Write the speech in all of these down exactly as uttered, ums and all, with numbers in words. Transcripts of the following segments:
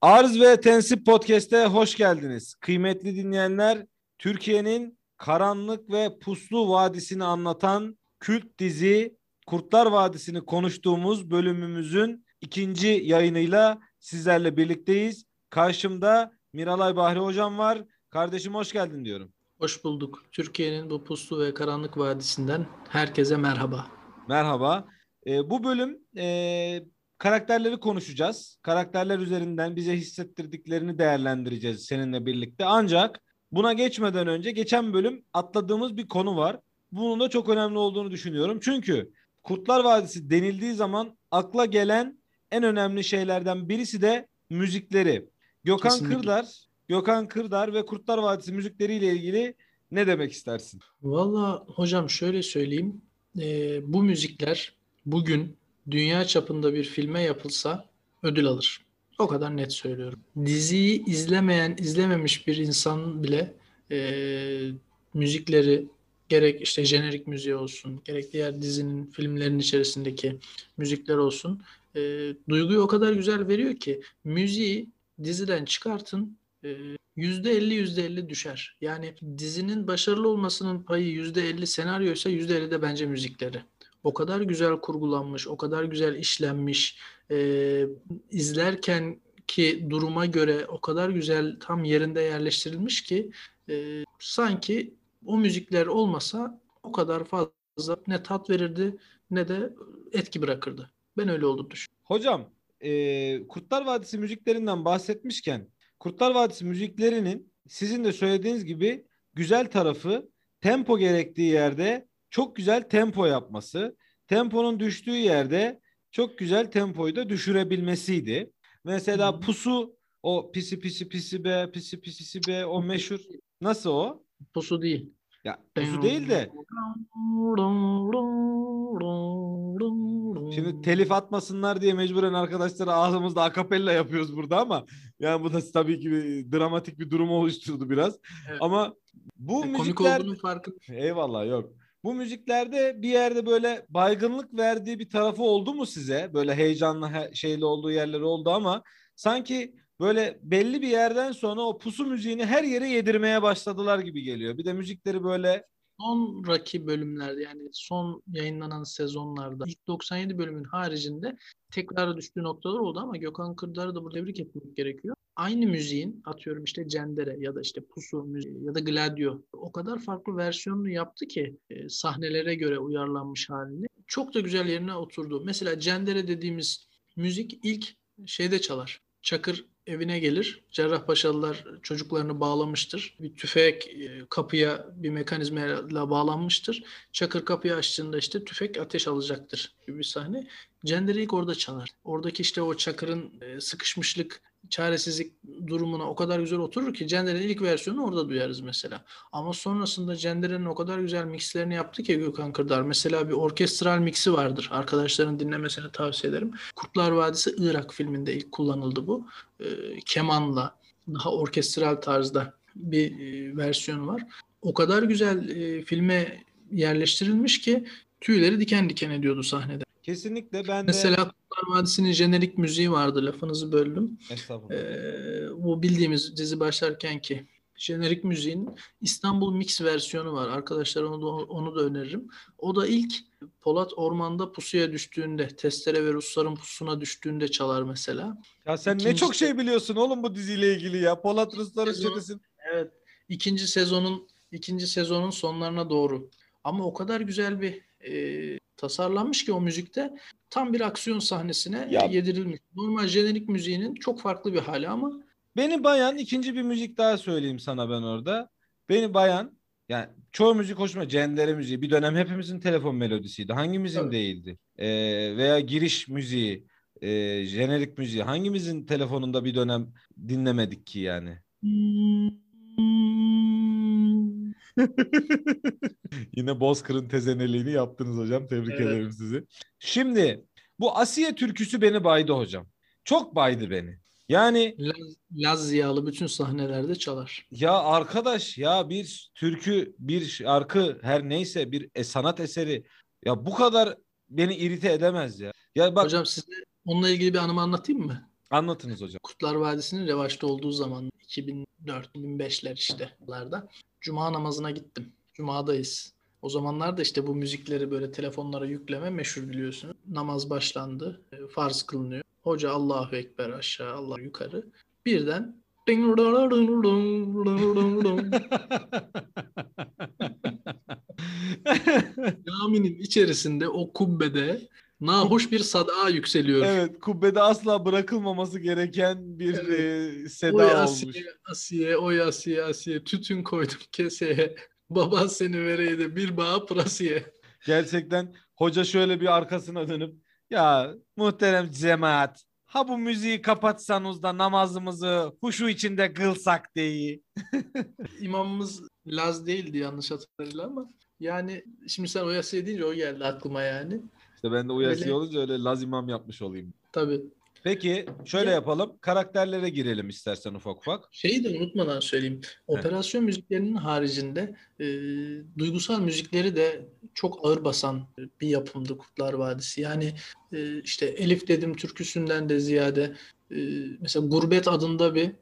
Arz ve Tensip Podcast'e hoş geldiniz. Kıymetli dinleyenler, Türkiye'nin karanlık ve puslu vadisini anlatan kült dizi Kurtlar Vadisi'ni konuştuğumuz bölümümüzün ikinci yayınıyla sizlerle birlikteyiz. Karşımda Miralay Bahri Hocam var. Kardeşim hoş geldin diyorum. Hoş bulduk. Türkiye'nin bu puslu ve karanlık vadisinden herkese merhaba. Merhaba. Ee, bu bölüm e, karakterleri konuşacağız. Karakterler üzerinden bize hissettirdiklerini değerlendireceğiz seninle birlikte. Ancak buna geçmeden önce geçen bölüm atladığımız bir konu var. Bunun da çok önemli olduğunu düşünüyorum. Çünkü Kurtlar Vadisi denildiği zaman akla gelen en önemli şeylerden birisi de müzikleri. Gökhan Kesinlikle. Kırdar, Gökhan Kırdar ve Kurtlar Vadisi müzikleriyle ilgili ne demek istersin? Valla hocam şöyle söyleyeyim. Ee, bu müzikler bugün dünya çapında bir filme yapılsa ödül alır. O kadar net söylüyorum. Diziyi izlemeyen, izlememiş bir insan bile e, müzikleri gerek işte jenerik müziği olsun, gerek diğer dizinin, filmlerin içerisindeki müzikler olsun. e, duyguyu o kadar güzel veriyor ki müziği diziden çıkartın, e, yüzde elli yüzde elli düşer. Yani dizinin başarılı olmasının payı yüzde elli senaryoysa yüzde elli de bence müzikleri. O kadar güzel kurgulanmış, o kadar güzel işlenmiş, e, izlerken ki duruma göre o kadar güzel tam yerinde yerleştirilmiş ki e, sanki o müzikler olmasa o kadar fazla ne tat verirdi ne de etki bırakırdı. Ben öyle olduğunu düşünüyorum. Hocam, e, Kurtlar Vadisi müziklerinden bahsetmişken, Kurtlar Vadisi müziklerinin sizin de söylediğiniz gibi güzel tarafı tempo gerektiği yerde çok güzel tempo yapması, temponun düştüğü yerde çok güzel tempoyu da düşürebilmesiydi. Hı Mesela hı. Pusu, o pisi pisi pisi be, pisi pisi be, o meşhur. Nasıl o? Pusu değil. Ya Pusu değil de şimdi telif atmasınlar diye mecburen arkadaşlara ağzımızda akapella yapıyoruz burada ama yani bu da tabii ki bir, dramatik bir durum oluşturdu biraz. Evet. Ama bu E, komik müzikler olduğunun farkında. eyvallah yok. Bu müziklerde bir yerde böyle baygınlık verdiği bir tarafı oldu mu size? Böyle heyecanlı he- şeyli olduğu yerler oldu ama sanki böyle belli bir yerden sonra o pusu müziğini her yere yedirmeye başladılar gibi geliyor. Bir de müzikleri böyle Sonraki bölümlerde yani son yayınlanan sezonlarda ilk doksan yedi bölümün haricinde tekrar düştüğü noktalar oldu ama Gökhan Kırdar'ı da burada tebrik etmek gerekiyor. Aynı müziğin atıyorum işte Cendere ya da işte Pusu müziği ya da Gladio o kadar farklı versiyonunu yaptı ki e, sahnelere göre uyarlanmış halini. Çok da güzel yerine oturdu. Mesela Cendere dediğimiz müzik ilk şeyde çalar. Çakır evine gelir. Cerrahpaşalılar çocuklarını bağlamıştır. Bir tüfek e, kapıya bir mekanizmayla bağlanmıştır. Çakır kapıyı açtığında işte tüfek ateş alacaktır gibi bir sahne. Cendere ilk orada çalar. Oradaki işte o Çakır'ın e, sıkışmışlık, çaresizlik durumuna o kadar güzel oturur ki Cendere'nin ilk versiyonunu orada duyarız mesela. Ama sonrasında Cendere'nin o kadar güzel mixlerini yaptı ki Gökhan Kırdar. Mesela bir orkestral mixi vardır. Arkadaşların dinlemesini tavsiye ederim. Kurtlar Vadisi Irak filminde ilk kullanıldı bu. E, kemanla daha orkestral tarzda bir e, versiyonu var. O kadar güzel e, filme yerleştirilmiş ki tüyleri diken diken ediyordu sahnede. kesinlikle ben de Mesela Kurtlar Vadisi'nin jenerik müziği vardı. Lafınızı böldüm. estağfurullah hocam. Ee, bu bildiğimiz dizi başlarken ki jenerik müziğin İstanbul Mix versiyonu var. Arkadaşlar onu da, onu da öneririm. O da ilk Polat ormanda pusuya düştüğünde, Testere ve Rusların pusuna düştüğünde çalar mesela. Ya sen ne İkinci çok şey biliyorsun oğlum bu diziyle ilgili ya. Polat Rusların sezon, çetesi. evet, ikinci sezonun ikinci sezonun sonlarına doğru. Ama o kadar güzel bir e, tasarlanmış ki o müzikte tam bir aksiyon sahnesine Ya yedirilmiş. Normal jenerik müziğinin çok farklı bir hali ama beni bayan ikinci bir müzik daha söyleyeyim sana ben orada. Beni bayan yani çoğu müzik hoşuma. Cendere müziği bir dönem hepimizin telefon melodisiydi. Hangimizin tabii. değildi? Ee, veya giriş müziği, e, jenerik müziği hangimizin telefonunda bir dönem dinlemedik ki yani. Yine Bozkır'ın tezeneliğini yaptınız hocam. Tebrik Evet. ederim sizi. Şimdi bu Asiye türküsü beni baydı hocam. Çok baydı beni. Yani Laz, Laz Ziyalı bütün sahnelerde çalar. ya arkadaş ya bir türkü, bir şarkı her neyse bir e, sanat eseri ya bu kadar beni irite edemez ya. Ya bak Hocam size onunla ilgili bir anımı anlatayım mı? Anlatınız hocam. Kurtlar Vadisi'nin revaçta olduğu zaman iki bin dört iki bin beşler işte larda Cuma namazına gittim. Cuma'dayız. O zamanlarda işte bu müzikleri böyle telefonlara yükleme meşhur biliyorsunuz. Namaz başlandı. e, Farz kılınıyor. Hoca Allahu Ekber aşağı, Allah yukarı. Birden caminin içerisinde o kubbede nahoş bir sada yükseliyor. Evet, kubbede asla bırakılmaması gereken bir Evet. e, Oy seda Asiye, olmuş. Asiye, oy Asiye, Asiye. Tütün koydum keseye. Baban seni vereydi bir bağ pırasiye. Gerçekten hoca şöyle bir arkasına dönüp ya muhterem cemaat ha bu müziği kapatsanız da namazımızı huşu içinde kılsak diye. İmamımız Laz değildi yanlış hatırlamıyorum ama yani şimdi sen oy Asiye deyince o geldi aklıma yani. İşte ben de uyarısı Öyle olunca öyle Laz imam yapmış olayım. tabii. Peki şöyle Ya yapalım. Karakterlere girelim istersen ufak ufak. şeyi de unutmadan söyleyeyim. Heh. Operasyon müziklerinin haricinde e, duygusal müzikleri de çok ağır basan bir yapımdı Kurtlar Vadisi. Yani e, işte Elif Dedim türküsünden de ziyade e, mesela Gurbet adında bir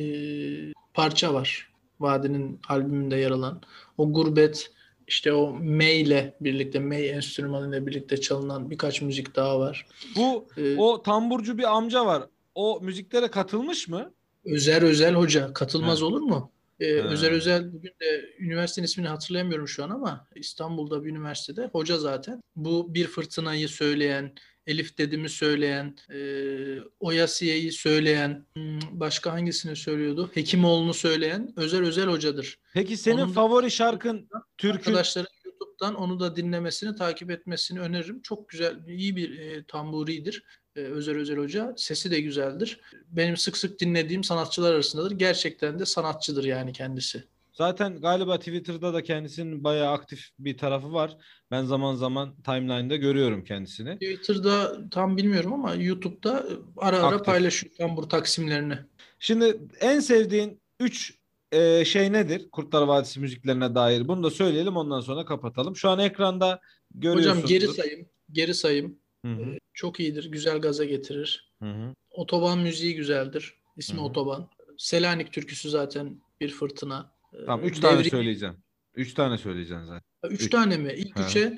e, parça var. Vadi'nin albümünde yer alan. O Gurbet işte o May ile birlikte May enstrümanıyla birlikte çalınan birkaç müzik daha var. Bu E, o tamburcu bir amca var. O müziklere katılmış mı? Özer Özel Hoca Heh. katılmaz olur mu? Ee, Özer Ha. Özel bugün de üniversitenin ismini hatırlayamıyorum şu an ama İstanbul'da bir üniversitede hoca zaten. Bu Bir Fırtınayı söyleyen, Elif Dedim'i söyleyen, e, Oyasiye'yi söyleyen, hmm, başka hangisini söylüyordu? Hekimoğlu'nu söyleyen Özer Özel Hocadır. Peki senin Onun da favori şarkın türkün arkadaşların YouTube'dan onu da dinlemesini, takip etmesini öneririm. Çok güzel, iyi bir e, tamburidir. E, Özer Özel Hoca. Sesi de güzeldir. Benim sık sık dinlediğim sanatçılar arasındadır. Gerçekten de sanatçıdır yani kendisi. zaten galiba Twitter'da da kendisinin bayağı aktif bir tarafı var. Ben zaman zaman timeline'da görüyorum kendisini. Twitter'da tam bilmiyorum ama YouTube'da ara ara Aktif. paylaşıyor tambur taksimlerini. Şimdi en sevdiğin üç e, şey nedir? Kurtlar Vadisi müziklerine dair. Bunu da söyleyelim ondan sonra kapatalım. Şu an ekranda Hocam geri görüyorsundur. sayım, geri sayım Hı hı. çok iyidir. Güzel gaza getirir. Hı hı. Otoban müziği güzeldir. Hı İsmi hı. Otoban. Selanik türküsü zaten bir fırtına. Ee, Tamam, üç tane Devriye. söyleyeceğim. Üç tane söyleyeceksin zaten. Üç Üç. tane mi? İlk Hı üçe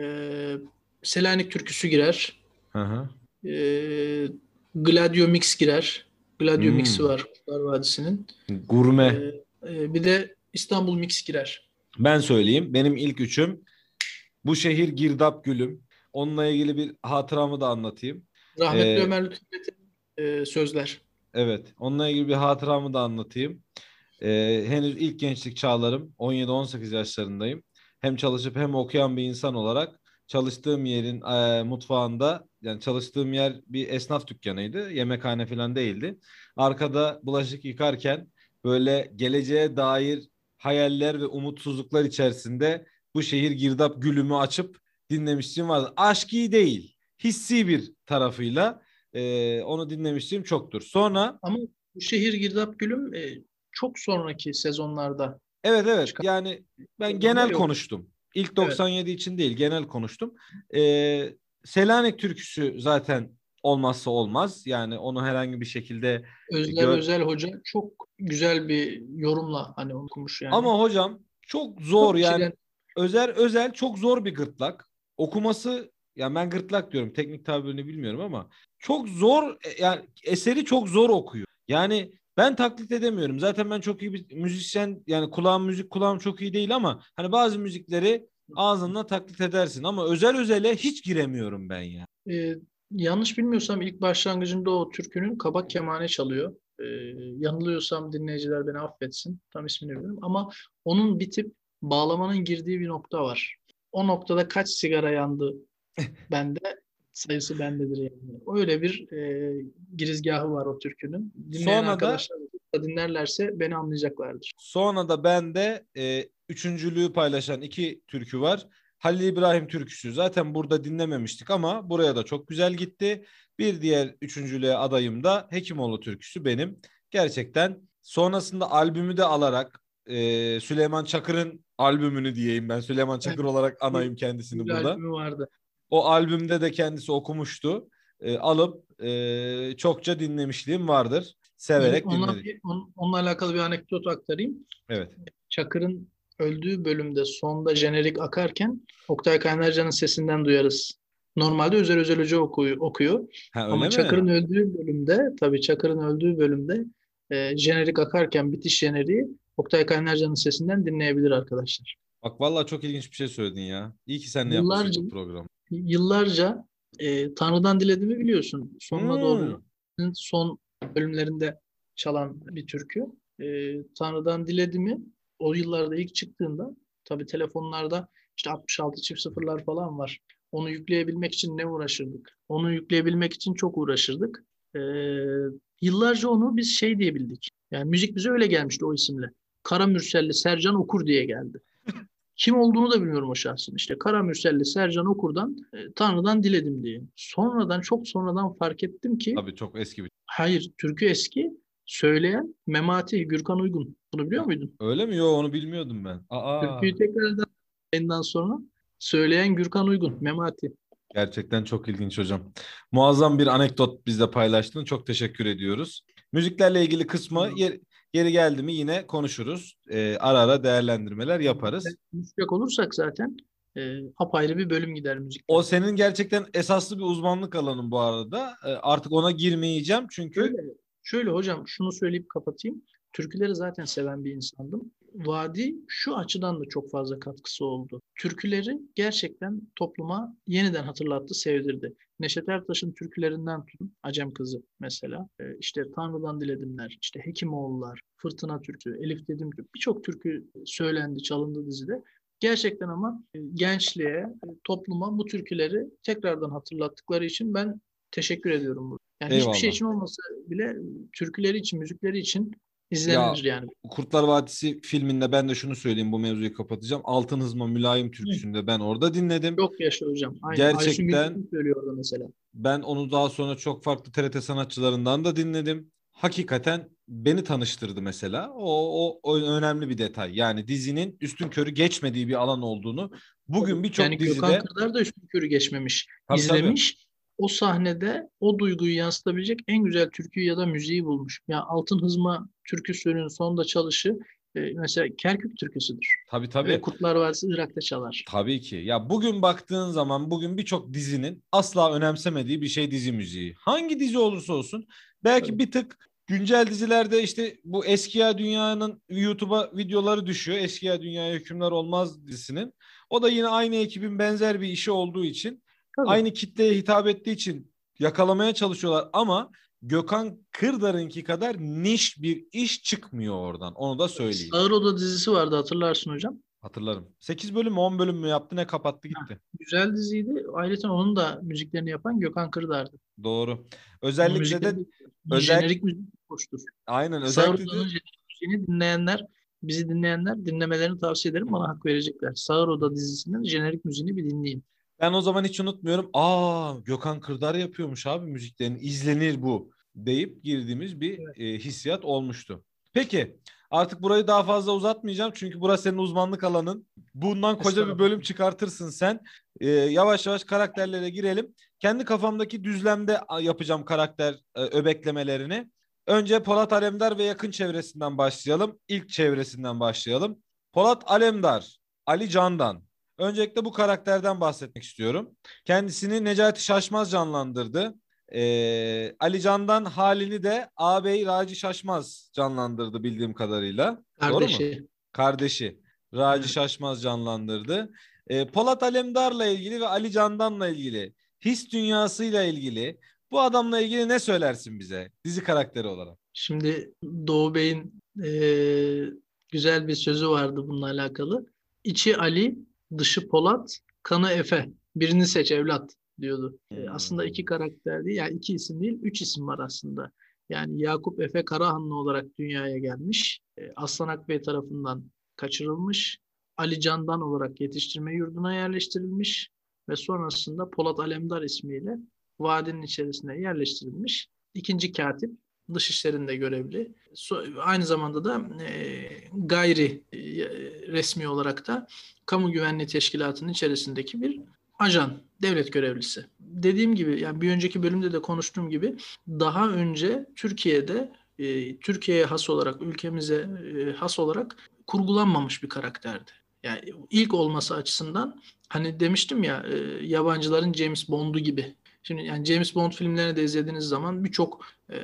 e, Selanik türküsü girer. hı. Hı. E, Gladio Mix girer. Gladio Mix'i Hmm. var Kurtlar Vadisi'nin. E, Gurme. e, bir de İstanbul Mix girer. Ben söyleyeyim. Benim ilk üçüm Bu Şehir Girdap Gülüm. Onunla ilgili bir hatıramı da anlatayım. Rahmetli Ee, Ömer Lütfü Metin e, sözler. evet. Onunla ilgili bir hatıramı da anlatayım. Ee, henüz ilk gençlik çağlarım. on yedi on sekiz yaşlarındayım. Hem çalışıp hem okuyan bir insan olarak çalıştığım yerin e, mutfağında yani çalıştığım yer bir esnaf dükkanıydı. Yemekhane falan değildi. Arkada bulaşık yıkarken böyle geleceğe dair hayaller ve umutsuzluklar içerisinde Bu Şehir Girdap Gülüm'ü açıp dinlemişliğim vardı. Aşkı değil, hissi bir tarafıyla e, onu dinlemişliğim çoktur. Sonra Ama bu şehir Girdap Gülüm e, çok sonraki sezonlarda evet evet çıkan yani ben sezonda genel yok. konuştum. İlk Evet. doksan yedi için değil genel konuştum. Ee, Selanik türküsü zaten olmazsa olmaz. Yani onu herhangi bir şekilde Özler gör. Özel Hoca çok güzel bir yorumla hani onu okumuş yani. Ama hocam çok zor Çok yani kişiden Özer Özel çok zor bir gırtlak. Okuması yani ben gırtlak diyorum teknik tabirini bilmiyorum ama çok zor e, yani eseri çok zor okuyor. Yani ben taklit edemiyorum. Zaten ben çok iyi bir müzisyen yani kulağım müzik kulağım çok iyi değil ama hani bazı müzikleri ağzınla taklit edersin ama Özel Özel'e hiç giremiyorum ben ya. e, yanlış bilmiyorsam ilk başlangıcında o türkünün kabak kemane çalıyor. E, yanılıyorsam dinleyiciler beni affetsin. Tam ismini bilmiyorum ama onun bitip bağlamanın girdiği bir nokta var. O noktada kaç sigara yandı bende sayısı bendedir yani. Öyle bir e, girizgahı var o türkünün. Dinleyen Sonra da arkadaşlar da dinlerlerse beni anlayacaklardır. Sonra da bende e, üçüncülüğü paylaşan iki türkü var. Halil İbrahim türküsü zaten burada dinlememiştik ama buraya da çok güzel gitti. Bir diğer üçüncülüğe adayım da Hekimoğlu türküsü benim. Gerçekten sonrasında albümü de alarak e, Süleyman Çakır'ın albümünü diyeyim ben. Süleyman Evet, Çakır olarak bir, anayım kendisini bir burada. albümü vardı. O albümde de kendisi okumuştu. E, alıp e, çokça dinlemişliğim vardır. Evet, Severek onunla, dinledik. bir, on- onunla alakalı bir anekdot aktarayım. Evet. Çakır'ın öldüğü bölümde sonda jenerik akarken Oktay Kaynarca'nın sesinden duyarız. Normalde Özel Özel Hoca okuyor, okuyor. Ha Ama öyle mi? Çakır'ın öldüğü bölümde, tabii Çakır'ın öldüğü bölümde e, jenerik akarken bitiş jeneriği Oktay Kaynarca'nın sesinden dinleyebilir arkadaşlar. Bak vallahi çok ilginç bir şey söyledin ya. İyi ki seninle yapmışız Yıllarca bu programı. yıllarca e, Tanrı'dan Dilediğimi biliyorsun. Sonuna Hmm. doğru son bölümlerinde çalan bir türkü. E, Tanrı'dan Dilediğimi o yıllarda ilk çıktığında tabii telefonlarda işte altmış altı çift sıfırlar falan var. Onu yükleyebilmek için ne uğraşırdık? Onu yükleyebilmek için çok uğraşırdık. E, Yıllarca onu biz şey diyebildik. Yani müzik bize öyle gelmişti o isimle. Kara Mürselli Sercan Okur diye geldi. Kim olduğunu da bilmiyorum o şahsın. İşte Kara Mürselli Sercan Okur'dan e, Tanrı'dan diledim diye. Sonradan çok sonradan fark ettim ki Tabii çok eski bir. hayır, türkü eski, söyleyen Memati Gürkan Uygun. Bunu biliyor muydun? Öyle mi? Yo onu bilmiyordum ben. Aa. Türküyü tekrardan yayından sonra söyleyen Gürkan Uygun, Memati. Gerçekten çok ilginç hocam. Muazzam bir anekdot bizle paylaştın. Çok teşekkür ediyoruz. Müziklerle ilgili kısmı Tamam. yer, yeri geldi mi yine konuşuruz. Ee, ara ara değerlendirmeler yaparız. Konuşacak olursak zaten e, apayrı bir bölüm gider O müzikler. senin gerçekten esaslı bir uzmanlık alanın bu arada. Ee, artık ona girmeyeceğim çünkü Şöyle, şöyle hocam şunu söyleyip kapatayım. Türküleri zaten seven bir insandım. Vadi şu açıdan da çok fazla katkısı oldu. Türküleri gerçekten topluma yeniden hatırlattı, sevdirdi. Neşet Ertaş'ın türkülerinden tutun, Acem Kızı mesela, e, işte Tanrı'dan Diledimler, işte Hekimoğullar, Fırtına Türkü, Elif Dedim Türkü, birçok türkü söylendi, çalındı dizide. Gerçekten ama e, gençliğe, e, topluma bu türküleri tekrardan hatırlattıkları için ben teşekkür ediyorum. Yani hiçbir şey eyvallah. için olmasa bile türküleri için, müzikleri için Ya izlenilir yani. Kurtlar Vadisi filminde ben de şunu söyleyeyim, bu mevzuyu kapatacağım. Altın Hızma Mülayim Hı. türküsünde ben orada dinledim. Çok yaşa hocam. Aynen. Aysun Gerçekten Gültekin söylüyor orada mesela. ben onu daha sonra çok farklı T R T sanatçılarından da dinledim. Hakikaten beni tanıştırdı mesela. O, o, o önemli bir detay. Yani dizinin üstünkörü geçmediği bir alan olduğunu bugün birçok Yani Gökhan dizide Kırdar da Üstünkör'ü geçmemiş. tabii tabii. İzlemiş. O sahnede o duyguyu yansıtabilecek en güzel türküyü ya da müziği bulmuş. Ya Altın Hızma türküsünün sonunda çalışı e, mesela Kerkük türküsüdür. Tabii Ve tabii. Kurtlar Vadisi Irak'ta çalar. Tabii ki. Ya bugün baktığın zaman bugün birçok dizinin asla önemsemediği bir şey dizi müziği. Hangi dizi olursa olsun belki Tabii. bir tık güncel dizilerde işte bu Eskiya Dünya'nın YouTube'a videoları düşüyor. Eskiya Dünya'ya Hükümler Olmaz dizisinin. O da yine aynı ekibin benzer bir işi olduğu için Tabii. aynı kitleye hitap ettiği için yakalamaya çalışıyorlar ama Gökhan Kırdar'ınki kadar niş bir iş çıkmıyor oradan. Onu da söyleyeyim. Sağır Oda dizisi vardı hatırlarsın hocam. Hatırlarım. sekiz bölüm mü on bölüm mü yaptı, ne kapattı Ha, gitti. güzel diziydi. Ayrıca onun da müziklerini yapan Gökhan Kırdar'dı. Doğru. Onun Özellikle müzikleri de de özel jenerik müzik hoştur. aynen Sağır özellikle Oda'nın de jenerik müziğini dinleyenler, bizi dinleyenler dinlemelerini tavsiye ederim. Bana hak verecekler. Sağır Oda dizisinin jenerik müziğini bir dinleyin. ben o zaman hiç unutmuyorum. Aa, Gökhan Kırdar yapıyormuş abi müziklerini. İzlenir bu deyip girdiğimiz bir Evet. e, hissiyat olmuştu. Peki artık burayı daha fazla uzatmayacağım. Çünkü burası senin uzmanlık alanın. Bundan koca bir bölüm Estağfurullah. çıkartırsın sen. E, yavaş yavaş karakterlere girelim. Kendi kafamdaki düzlemde a, yapacağım karakter e, öbeklemelerini. Önce Polat Alemdar ve yakın çevresinden başlayalım. İlk çevresinden başlayalım. Polat Alemdar, Ali Candan. Öncelikle bu karakterden bahsetmek istiyorum. Kendisini Necati Şaşmaz canlandırdı. Ee, Ali Can'dan halini de ağabey Raci Şaşmaz canlandırdı bildiğim kadarıyla. Doğru mu? Kardeşi. Kardeşi Raci Evet. Şaşmaz canlandırdı. Ee, Polat Alemdar'la ilgili ve Ali Candan'la ilgili, his dünyasıyla ilgili, bu adamla ilgili ne söylersin bize dizi karakteri olarak? Şimdi Doğu Bey'in eee, güzel bir sözü vardı bununla alakalı. İçi Ali, dışı Polat, kanı Efe. Birini seç evlat diyordu. E, aslında iki Hmm. karakter değil, yani iki isim değil, üç isim var aslında. Yani Yakup Efe Karahanlı olarak dünyaya gelmiş. E, Aslan Akbey tarafından kaçırılmış. Ali Candan olarak yetiştirme yurduna yerleştirilmiş ve sonrasında Polat Alemdar ismiyle vadinin içerisine yerleştirilmiş. İkinci katip, dış işlerinde görevli. So- aynı zamanda da e, gayri e, resmi olarak da kamu güvenliği teşkilatının içerisindeki bir ajan, devlet görevlisi. Dediğim gibi yani bir önceki bölümde de konuştuğum gibi daha önce Türkiye'de e, Türkiye'ye has olarak, ülkemize e, has olarak kurgulanmamış bir karakterdi. Yani ilk olması açısından hani demiştim ya e, yabancıların James Bond'u gibi. Şimdi yani James Bond filmlerini de izlediğiniz zaman birçok e,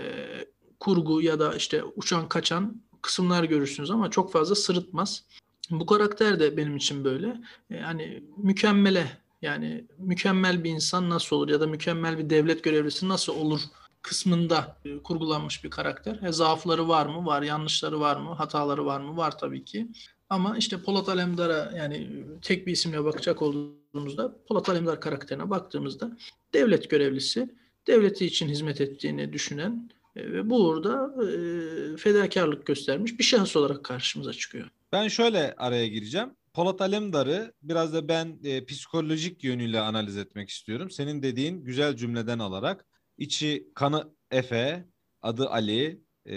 kurgu ya da işte uçan kaçan kısımlar görürsünüz ama çok fazla sırıtmaz. Bu karakter de benim için böyle. Yani mükemmele yani mükemmel bir insan nasıl olur ya da mükemmel bir devlet görevlisi nasıl olur kısmında e, kurgulanmış bir karakter. E, zaafları var mı? Var. Yanlışları var mı? Hataları var mı? Var tabii ki. Ama işte Polat Alemdar'a yani tek bir isimle bakacak olduğumuzda Polat Alemdar karakterine baktığımızda devlet görevlisi, devleti için hizmet ettiğini düşünen e, ve bu uğurda e, fedakarlık göstermiş bir şahıs olarak karşımıza çıkıyor. Ben şöyle araya gireceğim. Polat Alemdar'ı biraz da ben e, psikolojik yönüyle analiz etmek istiyorum. Senin dediğin güzel cümleden alarak içi kanı Efe, adı Ali e,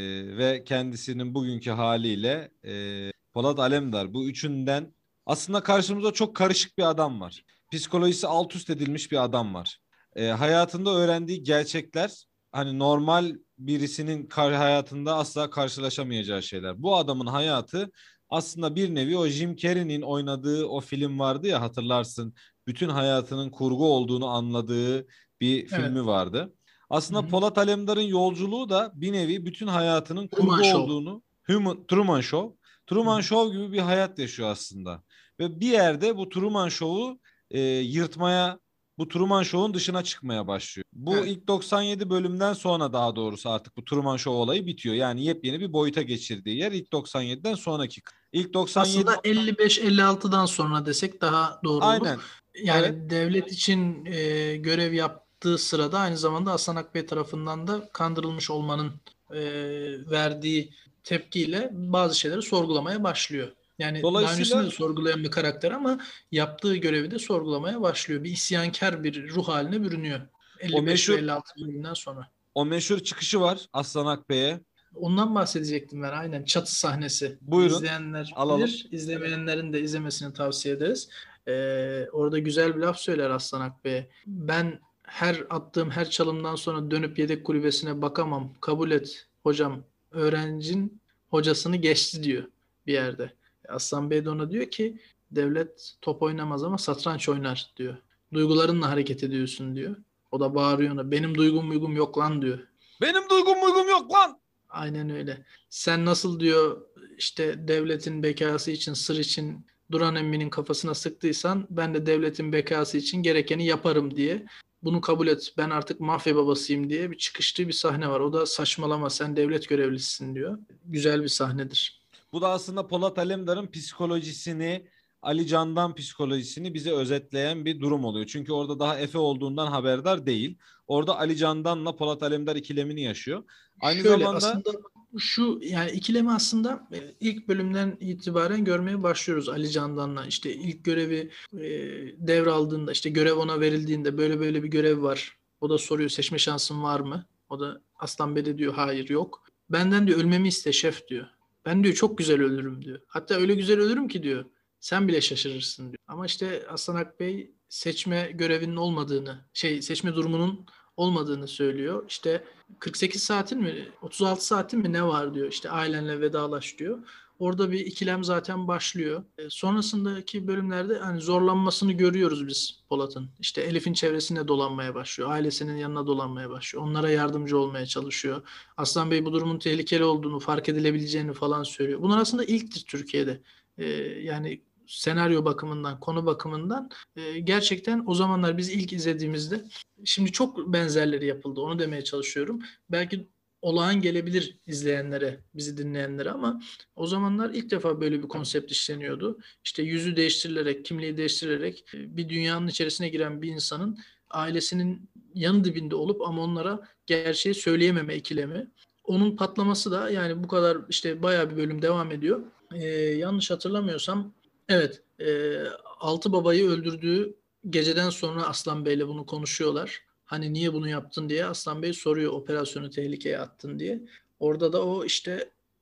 ve kendisinin bugünkü haliyle e, Polat Alemdar bu üçünden aslında karşımızda çok karışık bir adam var. Psikolojisi alt üst edilmiş bir adam var. E, hayatında öğrendiği gerçekler hani normal birisinin kar hayatında asla karşılaşamayacağı şeyler. Bu adamın hayatı aslında bir nevi o Jim Carrey'nin oynadığı o film vardı ya hatırlarsın. Bütün hayatının kurgu olduğunu anladığı bir Evet. filmi vardı. Hı Aslında hı. Polat Alemdar'ın yolculuğu da bir nevi bütün hayatının Truman kurgu Show. olduğunu Human, Truman Show. Hı Truman hı. Show gibi bir hayat yaşıyor aslında. Ve bir yerde bu Truman Show'u e, yırtmaya bu Truman Show'un dışına çıkmaya başlıyor. Bu Evet. ilk doksan yedi bölümden sonra daha doğrusu artık bu Truman Show olayı bitiyor. Yani yepyeni bir boyuta geçirdiği yer ilk doksan yediden sonraki. İlk doksan yedi Aslında elli beş elli altıdan sonra desek daha doğru olur. aynen. Evet. Yani devlet için e, görev yaptığı sırada aynı zamanda Aslan Akbey tarafından da kandırılmış olmanın e, verdiği tepkiyle bazı şeyleri sorgulamaya başlıyor. Yani daha öncesinde de Dolayısıyla sorgulayan bir karakter ama yaptığı görevi de sorgulamaya başlıyor. Bir isyankar bir ruh haline bürünüyor. o elli beş ve meşhur elli altı bölümden sonra. o meşhur çıkışı var Aslan Akbey'e. Ondan bahsedecektim ben. Aynen çatı sahnesi. Buyurun İzleyenler alalım. bilir, izlemeyenlerin de izlemesini tavsiye ederiz. Ee, orada güzel bir laf söyler Aslan Akbey'e. Ben her attığım her çalımdan sonra dönüp yedek kulübesine bakamam. Kabul et hocam. Öğrencin hocasını geçti diyor bir yerde. Aslan Bey de ona diyor ki devlet top oynamaz ama satranç oynar diyor. Duygularınla hareket ediyorsun diyor. O da bağırıyor ona. Benim duygum duygum yok lan diyor. Benim duygum muygum yok lan. Aynen öyle. Sen nasıl diyor işte devletin bekası için, sır için Duran emminin kafasına sıktıysan ben de devletin bekası için gerekeni yaparım diye. Bunu kabul et. Ben artık mafya babasıyım diye bir çıkıştığı bir sahne var. O da saçmalama sen devlet görevlisisin diyor. Güzel bir sahnedir. Bu da aslında Polat Alemdar'ın psikolojisini, Ali Candan psikolojisini bize özetleyen bir durum oluyor. Çünkü orada daha Efe olduğundan haberdar değil. Orada Ali Candan'la Polat Alemdar ikilemini yaşıyor. Aynı Şöyle zamanda aslında şu yani ikilemi aslında e, ilk bölümden itibaren görmeye başlıyoruz Ali Candan'la. İşte ilk görevi e, devraldığında işte görev ona verildiğinde böyle böyle bir görev var. O da soruyor seçme şansın var mı? O da Aslan Bey de diyor hayır yok. Benden diyor ölmemi iste şef diyor. Ben diyor çok güzel ölürüm diyor. Hatta öyle güzel ölürüm ki diyor. Sen bile şaşırırsın diyor. Ama işte Aslan Akbey seçme görevinin olmadığını, şey seçme durumunun olmadığını söylüyor. İşte kırk sekiz saatin mi otuz altı saatin mi ne var diyor. İşte ailenle vedalaş diyor. Orada bir ikilem zaten başlıyor. E, sonrasındaki bölümlerde hani zorlanmasını görüyoruz biz Polat'ın. İşte Elif'in çevresinde dolanmaya başlıyor. Ailesinin yanına dolanmaya başlıyor. Onlara yardımcı olmaya çalışıyor. Aslan Bey bu durumun tehlikeli olduğunu, fark edilebileceğini falan söylüyor. Bunlar aslında ilktir Türkiye'de. E, yani senaryo bakımından, konu bakımından e, gerçekten o zamanlar biz ilk izlediğimizde şimdi çok benzerleri yapıldı. Onu demeye çalışıyorum. Belki olağan gelebilir izleyenlere, bizi dinleyenlere ama o zamanlar ilk defa böyle bir konsept işleniyordu. İşte yüzü değiştirilerek, kimliği değiştirilerek e, bir dünyanın içerisine giren bir insanın ailesinin yanı dibinde olup ama onlara gerçeği söyleyememe ikilemi. Onun patlaması da yani bu kadar işte bayağı bir bölüm devam ediyor. Ee, yanlış hatırlamıyorsam evet e, Altı Baba'yı öldürdüğü geceden sonra Aslan Bey'le bunu konuşuyorlar. Hani niye bunu yaptın diye Aslan Bey soruyor operasyonu tehlikeye attın diye. Orada da o işte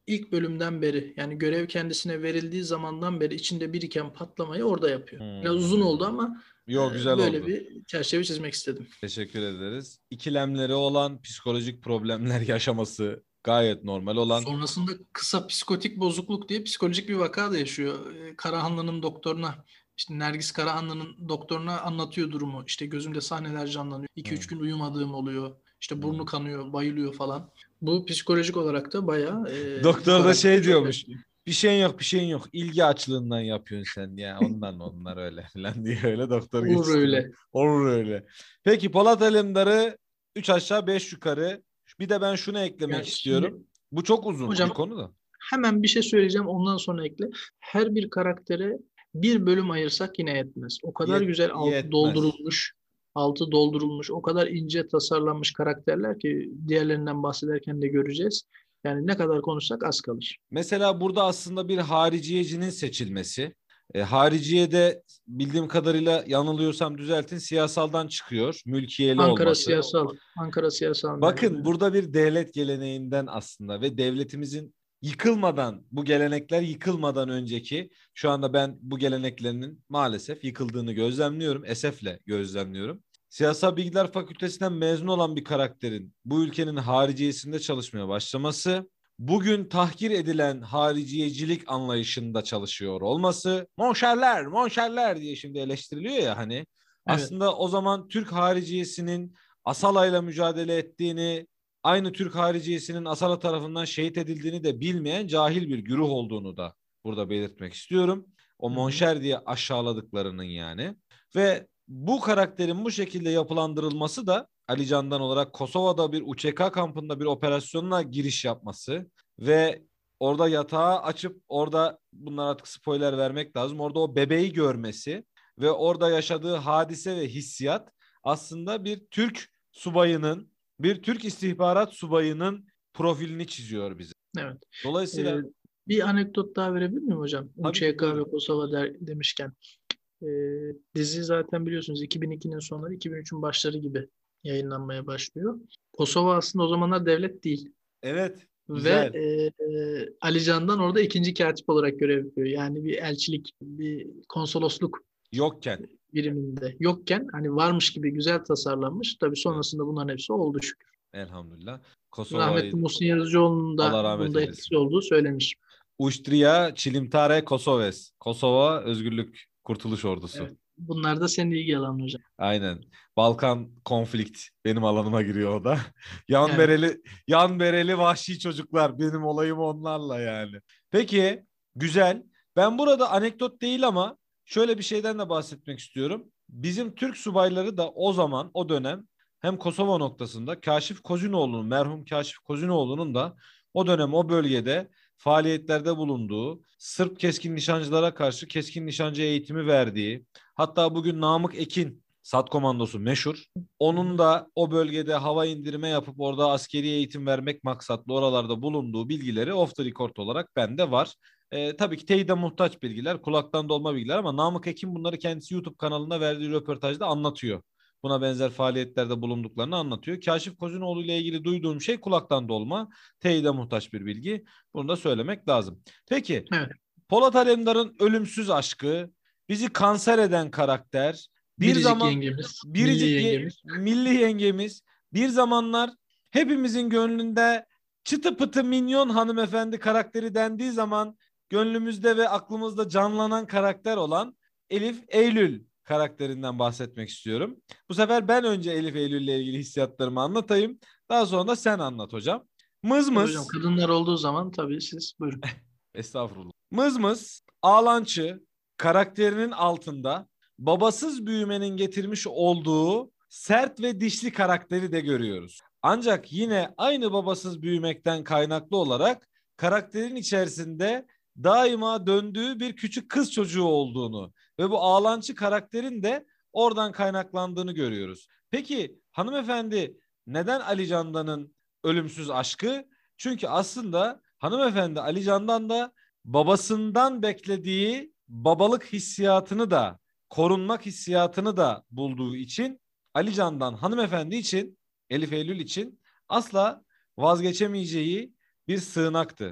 ilk bölümden beri, yani görev kendisine verildiği zamandan beri içinde biriken patlamayı orada yapıyor. Biraz uzun oldu Hmm. ama Yo, e, güzel böyle oldu. bir çerçeve çizmek istedim. Teşekkür ederiz. İkilemleri olan, psikolojik problemler yaşaması gayet normal olan. Sonrasında kısa psikotik bozukluk diye psikolojik bir vaka da yaşıyor. Ee, Karahanlı'nın doktoruna, işte Nergis Karahanlı'nın doktoruna anlatıyor durumu. İşte gözümde sahneler canlanıyor. iki üç Hmm, gün uyumadığım oluyor. İşte burnu hmm. kanıyor, bayılıyor falan. Bu psikolojik olarak da bayağı e, bu Doktor da karakteri şey çok diyormuş. etkiliyor. Bir şeyin yok, bir şeyin yok. İlgi açlığından yapıyorsun sen ya. Ondan onlar öyle falan diye öyle doktor Olur geçiştiriyor. öyle. Olur öyle. Peki Polat Alemdar'ı üç aşağı beş yukarı. Bir de ben şunu eklemek Yani şimdi istiyorum. Bu çok uzun bir hocam konu da. hemen bir şey söyleyeceğim, ondan sonra ekle. Her bir karaktere bir bölüm ayırsak yine yetmez. O kadar Yet, güzel altı yetmez. doldurulmuş, altı doldurulmuş, o kadar ince tasarlanmış karakterler ki diğerlerinden bahsederken de göreceğiz. Yani ne kadar konuşsak az kalır. Mesela burada aslında bir hariciyecinin seçilmesi. E, hariciye de bildiğim kadarıyla yanılıyorsam düzeltin, siyasaldan çıkıyor. Mülkiyeli Ankara olması. siyasal, Ankara siyasal mezunu. Bakın Evet. burada bir devlet geleneğinden aslında ve devletimizin yıkılmadan, bu gelenekler yıkılmadan önceki, şu anda ben bu geleneklerinin maalesef yıkıldığını gözlemliyorum. Esefle gözlemliyorum. Siyasal Bilgiler Fakültesinden mezun olan bir karakterin bu ülkenin hariciyesinde çalışmaya başlaması, bugün tahkir edilen hariciyecilik anlayışında çalışıyor olması, monşerler, monşerler diye şimdi eleştiriliyor ya hani. Evet. Aslında o zaman Türk hariciyesinin Asala'yla mücadele ettiğini, aynı Türk hariciyesinin Asala tarafından şehit edildiğini de bilmeyen cahil bir güruh olduğunu da burada belirtmek istiyorum. O Hı hı. monşer diye aşağıladıklarının yani. Ve bu karakterin bu şekilde yapılandırılması da Ali Candan olarak Kosova'da bir U Ç K kampında bir operasyonuna giriş yapması ve orada yatağı açıp orada, bunlar artık spoiler vermek lazım, orada o bebeği görmesi ve orada yaşadığı hadise ve hissiyat aslında bir Türk subayının, bir Türk istihbarat subayının profilini çiziyor bize. Evet. Ee, Dolayısıyla bir anekdot daha verebilir miyim hocam? tabii ki U Ç K ve buyurun. Kosova der, demişken. Ee, dizi zaten biliyorsunuz iki bin ikinin sonları, iki bin üçün başları gibi yayınlanmaya başlıyor. Kosova aslında o zamanlar devlet değil. Evet, Ve güzel. e, e, Ali Can'dan orada ikinci katip olarak görev yapıyor. Yani bir elçilik, bir konsolosluk Yokken. biriminde yokken hani varmış gibi güzel tasarlanmış. Tabii Evet, sonrasında bunların hepsi oldu şükür. elhamdülillah. Rahmetli Kosova'yı Muhsin Yazıcıoğlu'nun da Allah rahmet bunda eylesin. etkisi olduğu söylenir. Uştriya Çilimtare Kosoves. Kosova Özgürlük Kurtuluş Ordusu. Evet. Bunlar da senin ilgi alanın hocam. Aynen. Balkan konflikt benim alanıma giriyor o da. Yan Evet. bereli, yan bereli vahşi çocuklar, benim olayım onlarla yani. Peki, güzel. Ben burada anekdot değil ama şöyle bir şeyden de bahsetmek istiyorum. Bizim Türk subayları da o zaman, o dönem, hem Kosova noktasında Kaşif Kozinoğlu'nun, merhum Kaşif Kozinoğlu'nun da o dönem o bölgede faaliyetlerde bulunduğu, Sırp keskin nişancılara karşı keskin nişancı eğitimi verdiği, hatta bugün Namık Ekin SAT komandosu meşhur. Onun da o bölgede hava indirme yapıp orada askeri eğitim vermek maksatlı oralarda bulunduğu bilgileri off the record olarak bende var. Ee, tabii ki teyide muhtaç bilgiler, kulaktan dolma bilgiler, ama Namık Ekim bunları kendisi YouTube kanalında verdiği röportajda anlatıyor. Buna benzer faaliyetlerde bulunduklarını anlatıyor. Kaşif Kozinoğlu ile ilgili duyduğum şey kulaktan dolma, teyide muhtaç bir bilgi. Bunu da söylemek lazım. Peki, Evet. Polat Alemdar'ın ölümsüz aşkı, bizi kanser eden karakter, bir Biricik zaman yengemiz, milli biricik ye- yengemiz. milli yengemiz, bir zamanlar hepimizin gönlünde çıtı pıtı minyon hanımefendi karakteri dendiği zaman gönlümüzde ve aklımızda canlanan karakter olan Elif Eylül karakterinden bahsetmek istiyorum. Bu sefer ben önce Elif Eylül ile ilgili hissiyatlarımı anlatayım. Daha sonra da sen anlat hocam. Tabii hocam, Mızmız, kadınlar olduğu zaman tabii siz buyurun. estağfurullah. Mızmız, ağlançı karakterinin altında babasız büyümenin getirmiş olduğu sert ve dişli karakteri de görüyoruz. Ancak yine aynı babasız büyümekten kaynaklı olarak karakterin içerisinde daima döndüğü bir küçük kız çocuğu olduğunu ve bu ağlançı karakterin de oradan kaynaklandığını görüyoruz. Peki hanımefendi neden Ali Candan'ın ölümsüz aşkı? Çünkü aslında hanımefendi Ali Candan da babasından beklediği babalık hissiyatını da, korunmak hissiyatını da bulduğu için Ali Candan hanımefendi için, Elif Eylül için asla vazgeçemeyeceği bir sığınaktı.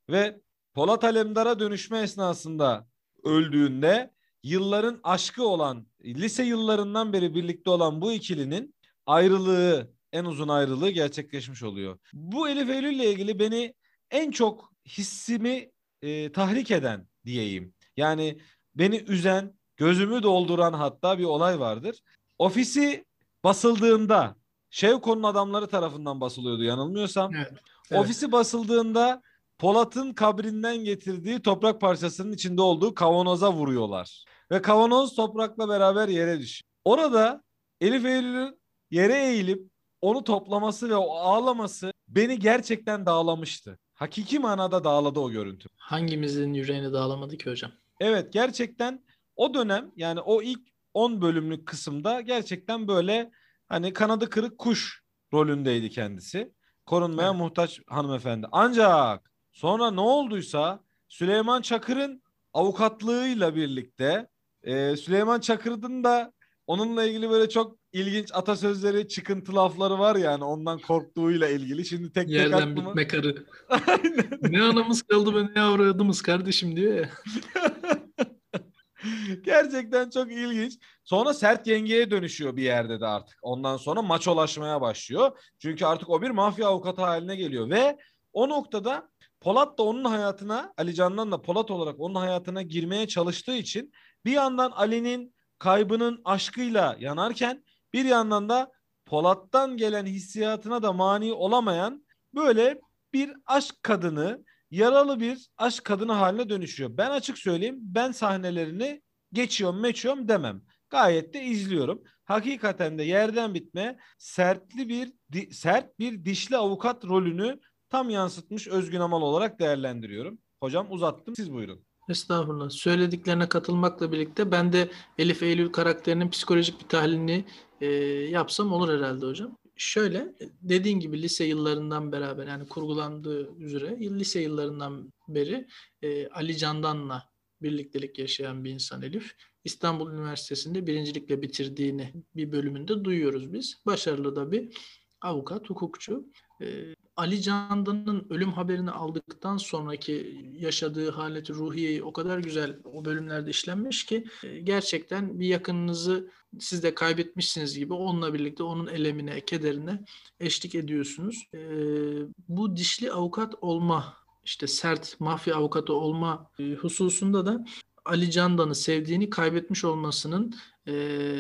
Ve Polat Alemdar'a dönüşme esnasında öldüğünde yılların aşkı olan, lise yıllarından beri birlikte olan bu ikilinin ayrılığı, en uzun ayrılığı gerçekleşmiş oluyor. Bu Elif Eylül'le ilgili beni en çok hissimi e, tahrik eden diyeyim. Yani beni üzen, gözümü dolduran hatta bir olay vardır. Ofisi basıldığında, Şevko'nun adamları tarafından basılıyordu yanılmıyorsam. Evet. Evet. Ofisi basıldığında Polat'ın kabrinden getirdiği toprak parçasının içinde olduğu kavanoza vuruyorlar. Ve kavanoz toprakla beraber yere düşüyor. Orada Elif Eylül'ün yere eğilip onu toplaması ve o ağlaması beni gerçekten dağlamıştı. Hakiki manada dağladı o görüntü. Hangimizin yüreğini dağlamadı ki hocam? Evet, gerçekten o dönem, yani o ilk on bölümlük kısımda gerçekten böyle hani kanadı kırık kuş rolündeydi kendisi. Korunmaya Evet. muhtaç hanımefendi. Ancak sonra ne olduysa Süleyman Çakır'ın avukatlığıyla birlikte e, Süleyman Çakır'ın da onunla ilgili böyle çok ilginç atasözleri, çıkıntı lafları var, yani ondan korktuğuyla ilgili. Şimdi tek tek Yerden aklıma. bitme karı. Aynen. Ne anamız kaldı be ne avradımız kardeşim diyor ya. Gerçekten çok ilginç. Sonra sert yengeye dönüşüyor bir yerde de artık. Ondan sonra maçolaşmaya başlıyor. Çünkü artık o bir mafya avukatı haline geliyor ve o noktada Polat da onun hayatına, Ali Can'dan da Polat olarak onun hayatına girmeye çalıştığı için bir yandan Ali'nin kaybının aşkıyla yanarken bir yandan da Polat'tan gelen hissiyatına da mani olamayan böyle bir aşk kadını, yaralı bir aşk kadını haline dönüşüyor. Ben açık söyleyeyim, ben sahnelerini geçiyorum meçiyorum demem. Gayet de izliyorum. Hakikaten de yerden bitme sertli bir di, sert bir dişli avukat rolünü tam yansıtmış Özgün Amal olarak değerlendiriyorum. Hocam uzattım, siz buyurun. Estağfurullah. Söylediklerine katılmakla birlikte ben de Elif Eylül karakterinin psikolojik bir tahlilini e, yapsam olur herhalde hocam. Şöyle dediğin gibi lise yıllarından beraber yani kurgulandığı üzere lise yıllarından beri e, Ali Candan'la birliktelik yaşayan bir insan Elif. İstanbul Üniversitesi'nde birincilikle bitirdiğini bir bölümünde duyuyoruz biz. Başarılı da bir avukat, hukukçu. E, Ali Candan'ın ölüm haberini aldıktan sonraki yaşadığı haleti ruhiyeyi o kadar güzel o bölümlerde işlenmiş ki e, gerçekten bir yakınınızı siz de kaybetmişsiniz gibi onunla birlikte onun elemine, kederine eşlik ediyorsunuz. E, bu dişli avukat olma, işte sert mafya avukatı olma e, hususunda da Ali Candan'ı sevdiğini kaybetmiş olmasının e,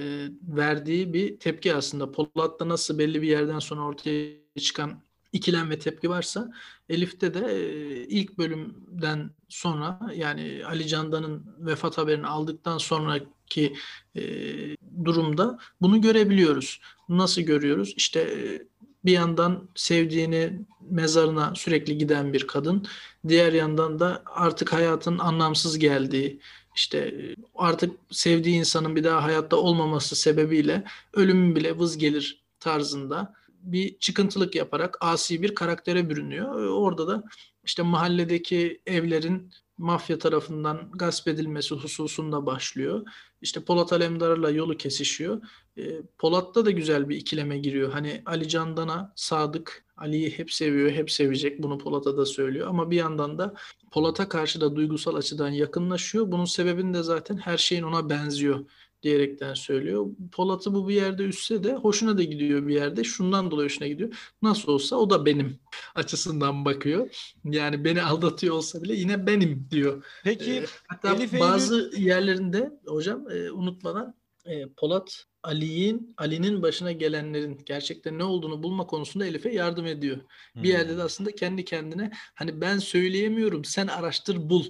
verdiği bir tepki aslında. Polat'ta nasıl belli bir yerden sonra ortaya çıkan ikilem ve tepki varsa Elif'te de e, ilk bölümden sonra yani Ali Candan'ın vefat haberini aldıktan sonraki e, durumda bunu görebiliyoruz. Nasıl görüyoruz? İşte e, bir yandan sevdiğini mezarına sürekli giden bir kadın, diğer yandan da artık hayatın anlamsız geldiği, işte e, artık sevdiği insanın bir daha hayatta olmaması sebebiyle ölümün bile vız gelir tarzında bir çıkıntılık yaparak asi bir karaktere bürünüyor. Orada da işte mahalledeki evlerin mafya tarafından gasp edilmesi hususunda başlıyor. İşte Polat Alemdar'la yolu kesişiyor. E, Polat'ta da güzel bir ikileme giriyor. Hani Ali Candan'a sadık, Ali'yi hep seviyor, hep sevecek. Bunu Polat'a da söylüyor. Ama bir yandan da Polat'a karşı da duygusal açıdan yakınlaşıyor. Bunun sebebini de zaten her şeyin ona benziyor diyerekten söylüyor. Polat'ı bu bir yerde üstse de hoşuna da gidiyor bir yerde. Şundan dolayı hoşuna gidiyor. Nasıl olsa o da benim açısından bakıyor. Yani beni aldatıyor olsa bile yine benim diyor. E, Peki hatta Elif Eylül. bazı yerlerinde hocam e, unutmadan e, Polat Ali'nin Ali'nin başına gelenlerin gerçekten ne olduğunu bulma konusunda Elif'e yardım ediyor. Bir yerde de Hmm. aslında kendi kendine hani ben söyleyemiyorum sen araştır bul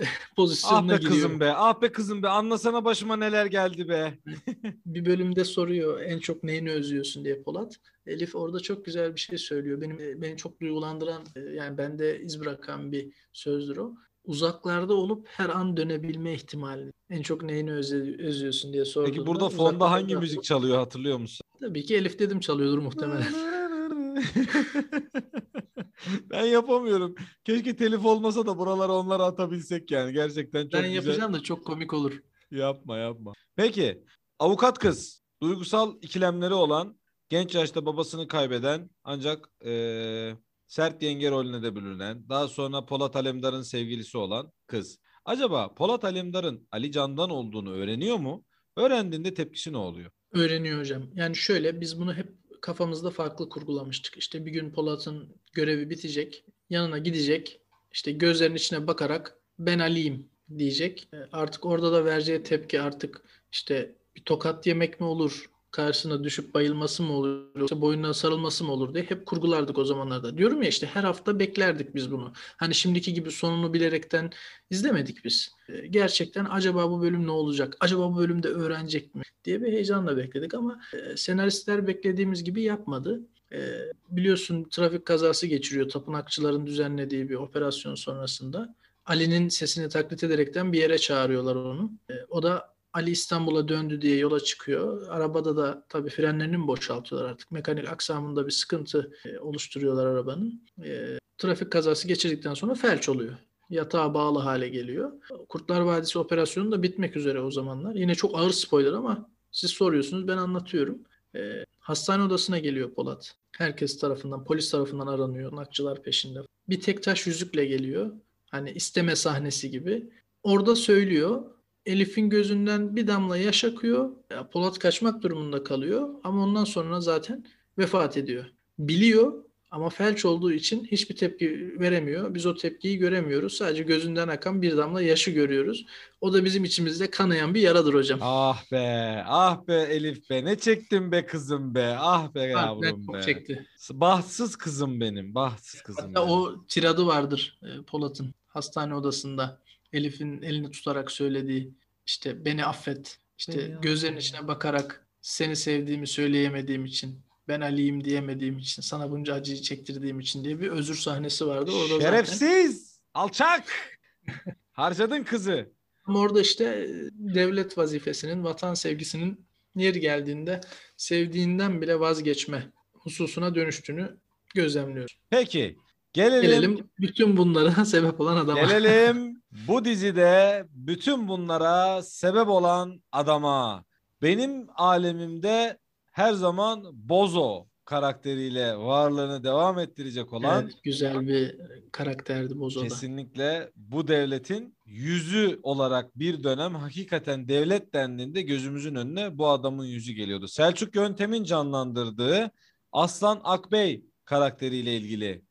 Ah pozisyonuna be giriyor. kızım be, ah be kızım be, anlasana başıma neler geldi be. Bir bölümde soruyor en çok neyini özlüyorsun diye Polat. Elif orada çok güzel bir şey söylüyor. Benim beni çok duygulandıran e, yani bende iz bırakan bir sözdür o. Uzaklarda olup her an dönebilme ihtimali. En çok neyini özle- özlüyorsun diye Peki burada sorduğunda fonda hangi uzaklarda müzik olup çalıyor, hatırlıyor musun? tabii ki Elif dedim çalıyordur muhtemelen. Ben yapamıyorum. Keşke telif olmasa da buralara onları atabilsek yani. Gerçekten Ben çok güzel. yapacağım da çok komik olur. Yapma yapma. Peki avukat kız, duygusal ikilemleri olan, genç yaşta babasını kaybeden ancak eee, Sert yenge rolüne de bürünen, daha sonra Polat Alemdar'ın sevgilisi olan kız. Acaba Polat Alemdar'ın Ali Can'dan olduğunu öğreniyor mu? Öğrendiğinde tepkisi ne oluyor? Öğreniyor hocam. Yani şöyle, biz bunu hep kafamızda farklı kurgulamıştık. İşte bir gün Polat'ın görevi bitecek. Yanına gidecek. İşte gözlerinin içine bakarak ben Ali'yim diyecek. E, Artık orada da vereceği tepki artık işte bir tokat yemek mi olur? Karşısına düşüp bayılması mı olur? Yoksa boynuna sarılması mı olur diye hep kurgulardık o zamanlarda. Diyorum ya, işte her hafta beklerdik biz bunu. Hani şimdiki gibi sonunu bilerekten izlemedik biz. E, Gerçekten acaba bu bölüm ne olacak? Acaba bu bölümde öğrenecek mi diye bir heyecanla bekledik ama e, senaristler beklediğimiz gibi yapmadı. E, Biliyorsun, trafik kazası geçiriyor tapınakçıların düzenlediği bir operasyon sonrasında. Ali'nin sesini taklit ederekten bir yere çağırıyorlar onu. E, o da Ali İstanbul'a döndü diye yola çıkıyor. Arabada da tabii frenlerini mi boşaltıyorlar artık? Mekanik aksamında bir sıkıntı e, oluşturuyorlar arabanın. E, trafik kazası geçirdikten sonra felç oluyor. Yatağa bağlı hale geliyor. Kurtlar Vadisi operasyonu da bitmek üzere o zamanlar. Yine çok ağır spoiler ama siz soruyorsunuz, ben anlatıyorum. Ee, hastane odasına geliyor Polat. Herkes tarafından, polis tarafından aranıyor. Nakçılar peşinde. Bir tek taş yüzükle geliyor. Hani isteme sahnesi gibi. Orada söylüyor. Elif'in gözünden bir damla yaş akıyor. Ya, Polat kaçmak durumunda kalıyor. Ama ondan sonra zaten vefat ediyor. Biliyor ama felç olduğu için hiçbir tepki veremiyor. Biz o tepkiyi göremiyoruz. Sadece gözünden akan bir damla yaşı görüyoruz. O da bizim içimizde kanayan bir yaradır hocam. Ah be, ah be Elif be, ne çektim be kızım be, ah be Harbiden yavrum çok be. çekti. Bahtsız kızım benim, bahtsız kızım Hatta benim. o tiradı vardır e, Polat'ın hastane odasında. Elif'in elini tutarak söylediği, işte beni affet. İşte Beni gözlerin affet. içine bakarak seni sevdiğimi söyleyemediğim için, ben Ali'yim diyemediğim için, sana bunca acıyı çektirdiğim için diye bir özür sahnesi vardı. Orada zaten Şerefsiz, alçak, harcadın kızı. ama orada işte e, devlet vazifesinin, vatan sevgisinin yeri geldiğinde sevdiğinden bile vazgeçme hususuna dönüştüğünü gözlemliyoruz. Peki, gelelim, Gelelim bütün bunlara sebep olan adama. gelelim bu dizide bütün bunlara sebep olan adama. Benim alemimde her zaman Bozo karakteriyle varlığını devam ettirecek olan, Evet, güzel bir karakterdi Bozo'da. kesinlikle bu devletin yüzü olarak bir dönem hakikaten devlet dendiğinde gözümüzün önüne bu adamın yüzü geliyordu. Selçuk Yöntem'in canlandırdığı Aslan Akbey karakteriyle ilgili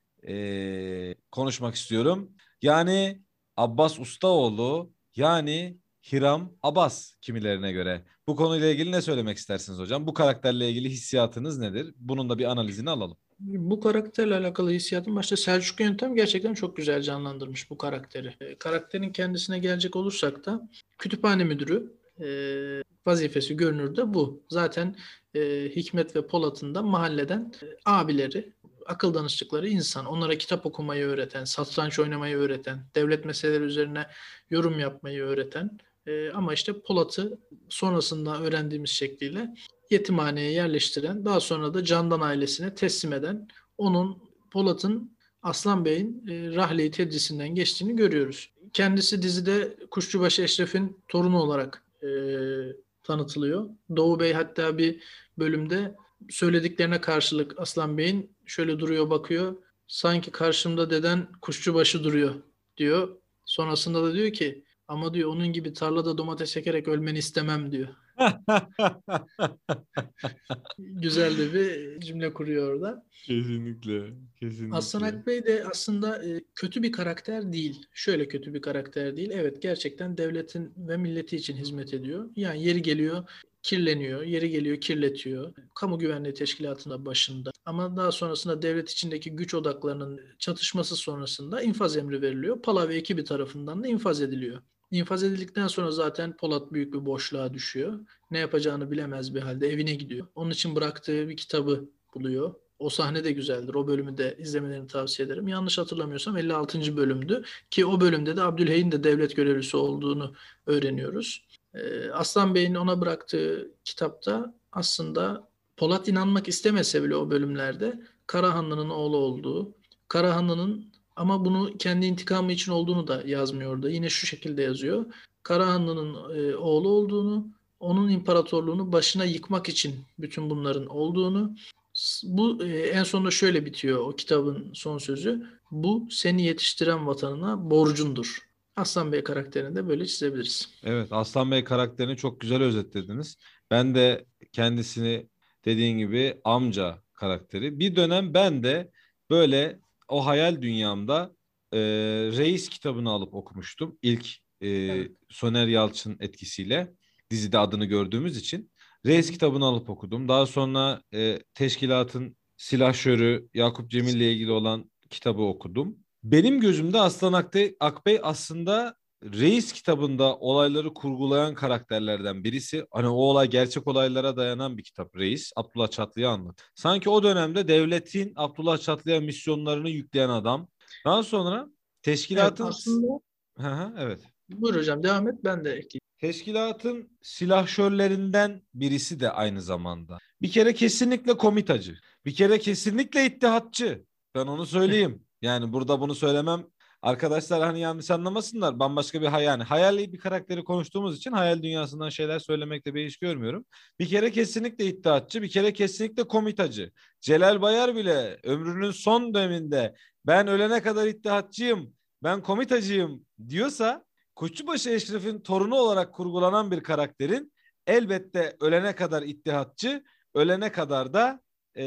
eee, konuşmak istiyorum. Yani Abbas Ustaoğlu, yani Hiram Abbas kimilerine göre. Bu konuyla ilgili ne söylemek istersiniz hocam? Bu karakterle ilgili hissiyatınız nedir? Bunun da bir analizini alalım. Bu karakterle alakalı hissiyatım, başta Selçuk Yöntem gerçekten çok güzel canlandırmış bu karakteri. E, karakterin kendisine gelecek olursak da kütüphane müdürü e, vazifesi görünürde bu. Zaten e, Hikmet ve Polat'ın da mahalleden e, abileri, akıl danıştıkları insan. Onlara kitap okumayı öğreten, satranç oynamayı öğreten, devlet meseleleri üzerine yorum yapmayı öğreten. E, ama işte Polat'ı sonrasında öğrendiğimiz şekliyle yetimhaneye yerleştiren, daha sonra da Candan ailesine teslim eden, onun, Polat'ın, Aslan Bey'in e, Rahleyi tedrisinden geçtiğini görüyoruz. Kendisi dizide Kuşçubaşı Eşref'in torunu olarak e, tanıtılıyor. Doğu Bey hatta bir bölümde söylediklerine karşılık Aslan Bey'in şöyle duruyor, bakıyor. Sanki karşımda deden Kuşçubaşı duruyor diyor. Sonrasında da diyor ki, ama diyor onun gibi tarlada domates ekerek ölmeni istemem diyor. Güzel de bir cümle kuruyor orada. Kesinlikle, Aslan kesinlikle. Akbey de aslında e, kötü bir karakter değil. Şöyle kötü bir karakter değil. Evet, gerçekten devletin ve milleti için hizmet ediyor. Yani yeri geliyor kirleniyor, yeri geliyor kirletiyor. Kamu Güvenliği Teşkilatı'nda başında. Ama daha sonrasında devlet içindeki güç odaklarının çatışması sonrasında infaz emri veriliyor. Pala ve ekibi tarafından da infaz ediliyor. İnfaz edildikten sonra zaten Polat büyük bir boşluğa düşüyor. Ne yapacağını bilemez bir halde evine gidiyor. Onun için bıraktığı bir kitabı buluyor. O sahne de güzeldir. O bölümü de izlemelerini tavsiye ederim. Yanlış hatırlamıyorsam elli altıncı bölümdü ki o bölümde de Abdülhey'in de devlet görevlisi olduğunu öğreniyoruz. Ee, Aslan Bey'in ona bıraktığı kitapta aslında Polat inanmak istemese bile o bölümlerde Karahanlı'nın oğlu olduğu, Karahanlı'nın ama bunu kendi intikamı için olduğunu da yazmıyor orada. Yine şu şekilde yazıyor. Karahanlı'nın e, oğlu olduğunu, onun imparatorluğunu başına yıkmak için bütün bunların olduğunu, S- Bu e, en sonunda şöyle bitiyor o kitabın son sözü. Bu seni yetiştiren vatanına borcundur. Aslan Bey karakterini de böyle çizebiliriz. Evet, Aslan Bey karakterini çok güzel özetlediniz. Ben de kendisini dediğin gibi amca karakteri. Bir dönem ben de böyle o hayal dünyamda e, Reis kitabını alıp okumuştum. İlk e, Evet. Soner Yalçın etkisiyle dizide adını gördüğümüz için. Hı Reis hı. kitabını alıp okudum. Daha sonra e, teşkilatın silahşörü Yakup Cemil'le ilgili olan kitabı okudum. Benim gözümde Aslan Akbey, Akbey aslında Reis kitabında olayları kurgulayan karakterlerden birisi. Hani o olay gerçek olaylara dayanan bir kitap Reis. Abdullah Çatlı'yı anlat. Sanki o dönemde devletin Abdullah Çatlı'ya misyonlarını yükleyen adam. Daha sonra Evet, teşkilatın aslında Hı hı, evet. buyur hocam devam et ben de ekleyeyim. Teşkilatın silahşörlerinden birisi de aynı zamanda. Bir kere kesinlikle komitacı. Bir kere kesinlikle ittihatçı. Ben onu söyleyeyim. Yani burada bunu söylemem. Arkadaşlar hani yanlış anlamasınlar. Bambaşka bir hayal. Yani hayali bir karakteri konuştuğumuz için hayal dünyasından şeyler söylemekte bir iş görmüyorum. Bir kere kesinlikle iddiatçı, bir kere kesinlikle komitacı. Celal Bayar bile ömrünün son döneminde ben ölene kadar iddiatçıyım, ben komitacıyım diyorsa Kuşçubaşı Eşref'in torunu olarak kurgulanan bir karakterin elbette ölene kadar ittihatçı, ölene kadar da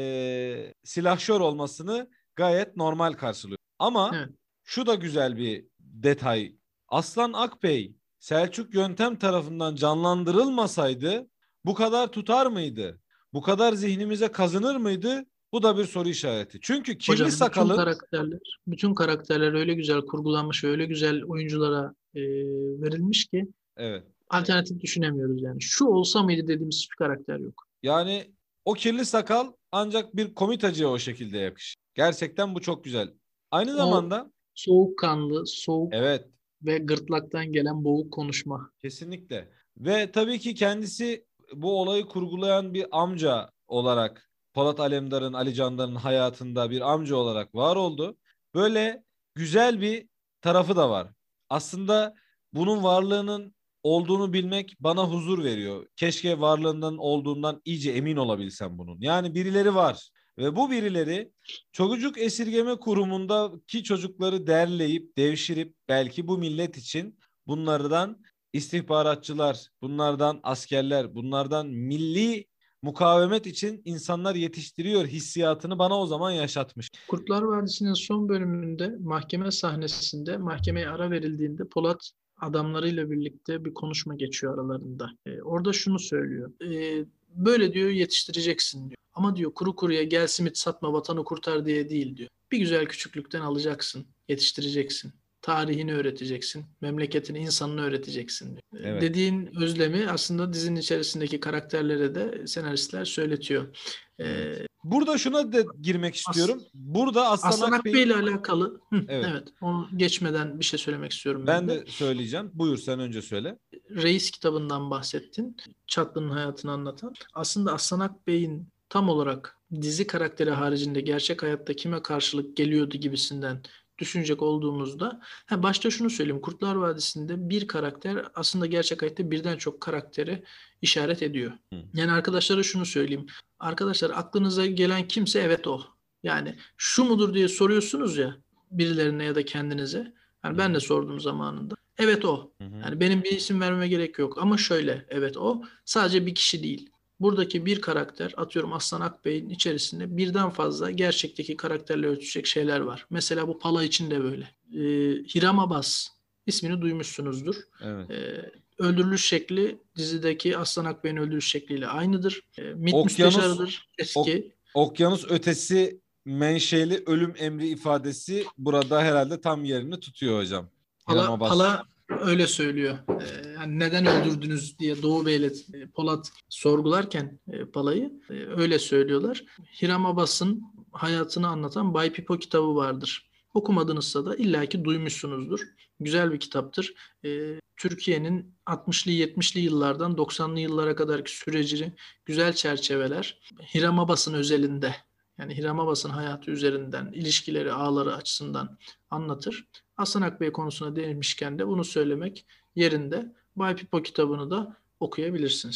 e, silahşör olmasını gayet normal karşılıyor. Ama Evet. şu da güzel bir detay. Aslan Akbey Selçuk Yöntem tarafından canlandırılmasaydı bu kadar tutar mıydı? Bu kadar zihnimize kazınır mıydı? Bu da bir soru işareti. Çünkü Kirli Hocam bütün Sakal'ın karakterler, bütün karakterler öyle güzel kurgulanmış ve öyle güzel oyunculara e, verilmiş ki evet. alternatif düşünemiyoruz yani. Şu olsa mıydı dediğimiz hiçbir karakter yok. Yani o kirli sakal ancak bir komitacıya o şekilde yakışır. Gerçekten bu çok güzel. Aynı O zamanda soğukkanlı, soğuk evet, ve gırtlaktan gelen boğuk konuşma. kesinlikle. Ve tabii ki kendisi bu olayı kurgulayan bir amca olarak Polat Alemdar'ın, Ali Candar'ın hayatında bir amca olarak var oldu. Böyle güzel bir tarafı da var. Aslında bunun varlığının olduğunu bilmek bana huzur veriyor. Keşke varlığından olduğundan iyice emin olabilsem bunun. Yani birileri var ve bu birileri çocuk esirgeme kurumundaki çocukları derleyip devşirip belki bu millet için bunlardan istihbaratçılar, bunlardan askerler, bunlardan milli mukavemet için insanlar yetiştiriyor hissiyatını bana o zaman yaşatmış. Kurtlar Vadisi'nin son bölümünde mahkeme sahnesinde mahkemeye ara verildiğinde Polat adamlarıyla birlikte bir konuşma geçiyor aralarında. Ee, orada şunu söylüyor. Ee, böyle diyor yetiştireceksin diyor. Ama diyor kuru kuruya gel simit satma vatanı kurtar diye değil diyor. Bir güzel küçüklükten alacaksın, yetiştireceksin. Tarihini öğreteceksin, memleketini, insanını öğreteceksin diyor. Ee, Evet. dediğin özlemi aslında dizinin içerisindeki karakterlere de senaristler söyletiyor. Evet. Ee, Burada şuna da girmek as istiyorum. Burada Aslan Aslan Akbey Akbey'in ile alakalı hı, evet, evet onu geçmeden bir şey söylemek istiyorum ben ben de. de söyleyeceğim. Buyur sen önce söyle. Reis kitabından bahsettin. Çatlı'nın hayatını anlatan. Aslında Aslan Akbey'in tam olarak dizi karakteri haricinde gerçek hayatta kime karşılık geliyordu gibisinden düşünecek olduğumuzda ha, başta şunu söyleyeyim. Kurtlar Vadisi'nde bir karakter aslında gerçek hayatta birden çok karakteri işaret ediyor. Hı. Yani arkadaşlara şunu söyleyeyim. Arkadaşlar aklınıza gelen kimse evet o. Yani şu mudur diye soruyorsunuz ya birilerine ya da kendinize. Yani Hı ben de hı. sordum zamanında. Evet o. Hı hı. Yani benim bir isim vermeme gerek yok. Ama şöyle, evet o sadece bir kişi değil. Buradaki bir karakter, atıyorum Aslan Akbey'in içerisinde birden fazla gerçekteki karakterle örtüşecek şeyler var. Mesela bu Pala için de böyle. Ee, Hiram Abbas ismini duymuşsunuzdur. Evet. Ee, öldürülüş şekli dizideki Aslan Akbey'in öldürülüş şekliyle aynıdır. Ee, MİT Okyanus müsteşarıdır ok, eski. okyanus ötesi menşeli ölüm emri ifadesi burada herhalde tam yerini tutuyor hocam. Hiram Pala, Abbas. Pala öyle söylüyor. Ee, yani neden öldürdünüz diye Doğu Bey'le e, Polat sorgularken e, Pala'yı e, öyle söylüyorlar. Hiram Abbas'ın hayatını anlatan Bay Pipo kitabı vardır. Okumadınızsa da illaki duymuşsunuzdur. Güzel bir kitaptır. E, Türkiye'nin altmışlı yetmişli yıllardan doksanlı yıllara kadarki sürecini güzel çerçeveler. Hiram Abbas'ın özelinde yani Hiram Abbas'ın hayatı üzerinden, ilişkileri, ağları açısından anlatır. Hasan Akbey konusuna değinmişken de bunu söylemek yerinde. Bay Pipo kitabını da okuyabilirsiniz.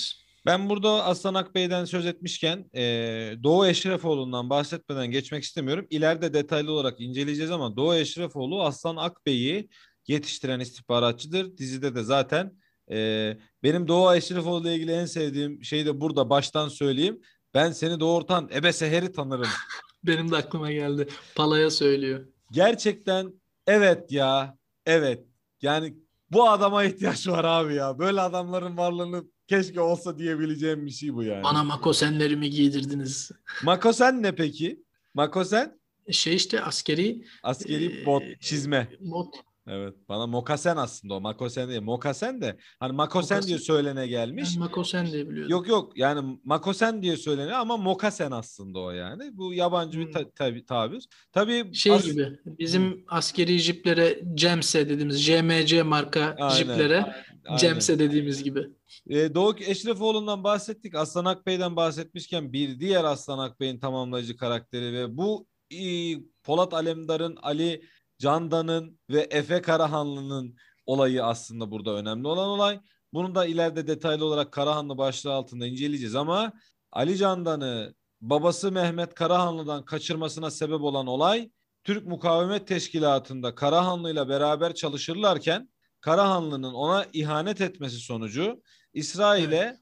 Ben burada Aslan Akbey'den söz etmişken e, Doğu Eşrefoğlu'ndan bahsetmeden geçmek istemiyorum. İleride detaylı olarak inceleyeceğiz ama Doğu Eşrefoğlu Aslan Akbey'i yetiştiren istihbaratçıdır. Dizide de zaten e, benim Doğu Eşrefoğlu ile ilgili en sevdiğim şeyi de burada baştan söyleyeyim. Ben seni doğurtan Ebe Seher'i tanırım. Benim de aklıma geldi. Palaya söylüyor. Gerçekten evet ya, evet. Yani bu adama ihtiyaç var abi ya. Böyle adamların varlığını keşke olsa diyebileceğim bir şey bu yani. Bana makosenlerimi giydirdiniz. Makosen ne peki? Makosen Şey işte askeri askeri e, bot, çizme. bot. Evet, bana mokasen aslında o. Makosen değil. Mokasen de hani makosen diye Mokasen. söylene Ben gelmiş. makosen diye biliyordum. Yok yok yani makosen diye söyleniyor ama mokasen aslında o yani. Bu yabancı bir Hmm. ta- tabi- tabir. Tabii Şey as gibi Hı, bizim askeri jiplere Cemse dediğimiz J M C marka aynen. jiplere Aynen. Cemse dediğimiz gibi. Ee, Doğu Eşrefoğlu'ndan bahsettik. Aslan Akbey'den bahsetmişken bir diğer Aslan Akbey'in tamamlayıcı karakteri ve bu e, Polat Alemdar'ın, Ali Candan'ın ve Efe Karahanlı'nın olayı aslında burada önemli olan olay. Bunu da ileride detaylı olarak Karahanlı başlığı altında inceleyeceğiz ama Ali Candan'ı babası Mehmet Karahanlı'dan kaçırmasına sebep olan olay Türk Mukavemet Teşkilatı'nda Karahanlı ile beraber çalışırlarken Karahanlı'nın ona ihanet etmesi sonucu Evet. İsrail'e